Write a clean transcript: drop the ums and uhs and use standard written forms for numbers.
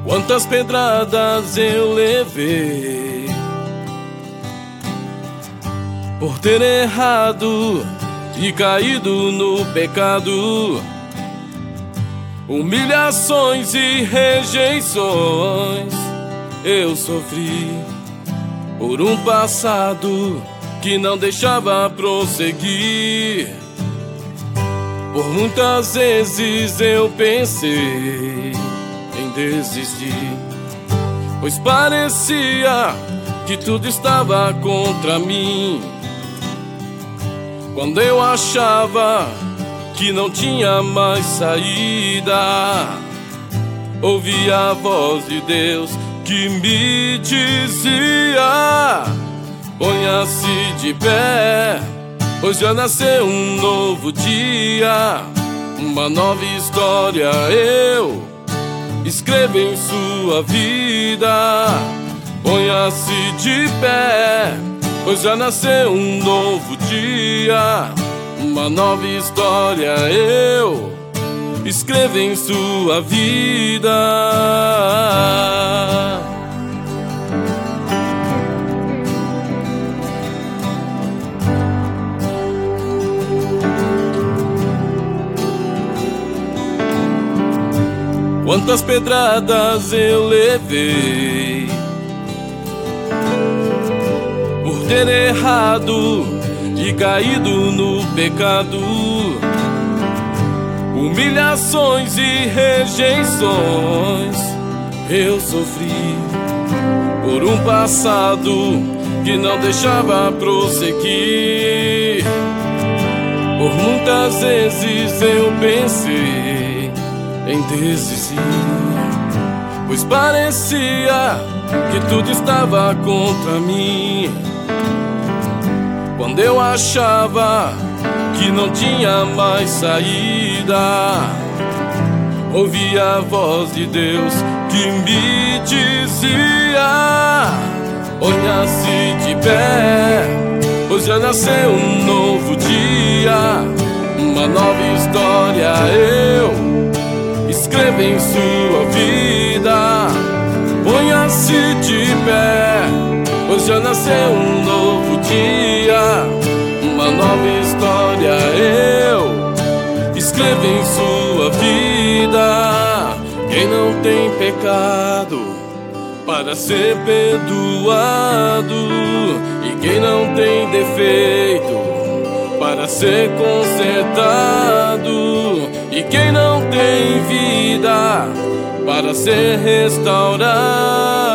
Quantas pedradas eu levei por ter errado e caído no pecado, humilhações e rejeições eu sofri por um passado que não deixava prosseguir. Por muitas vezes eu pensei em desistir, pois parecia que tudo estava contra mim. Quando eu achava que não tinha mais saída, ouvi a voz de Deus que me dizia: ponha-se de pé, pois já nasceu um novo dia, uma nova história eu escrevo em sua vida. Ponha-se de pé, pois já nasceu um novo dia, uma nova história eu escrevo em sua vida. Quantas pedradas eu levei por ter errado e caído no pecado, humilhações e rejeições eu sofri por um passado que não deixava prosseguir. Por muitas vezes eu pensei em desistir, pois parecia que tudo estava contra mim. Quando eu achava que não tinha mais saída, ouvi a voz de Deus que me dizia: ponha-se de pé, pois já nasceu um novo dia, uma nova história eu escreva em sua vida. Ponha-se de pé, pois já nasceu um novo dia, uma nova história eu escrevo em sua vida. Quem não tem pecado para ser perdoado, e quem não tem defeito para ser consertado, e quem não tem vida para ser restaurado,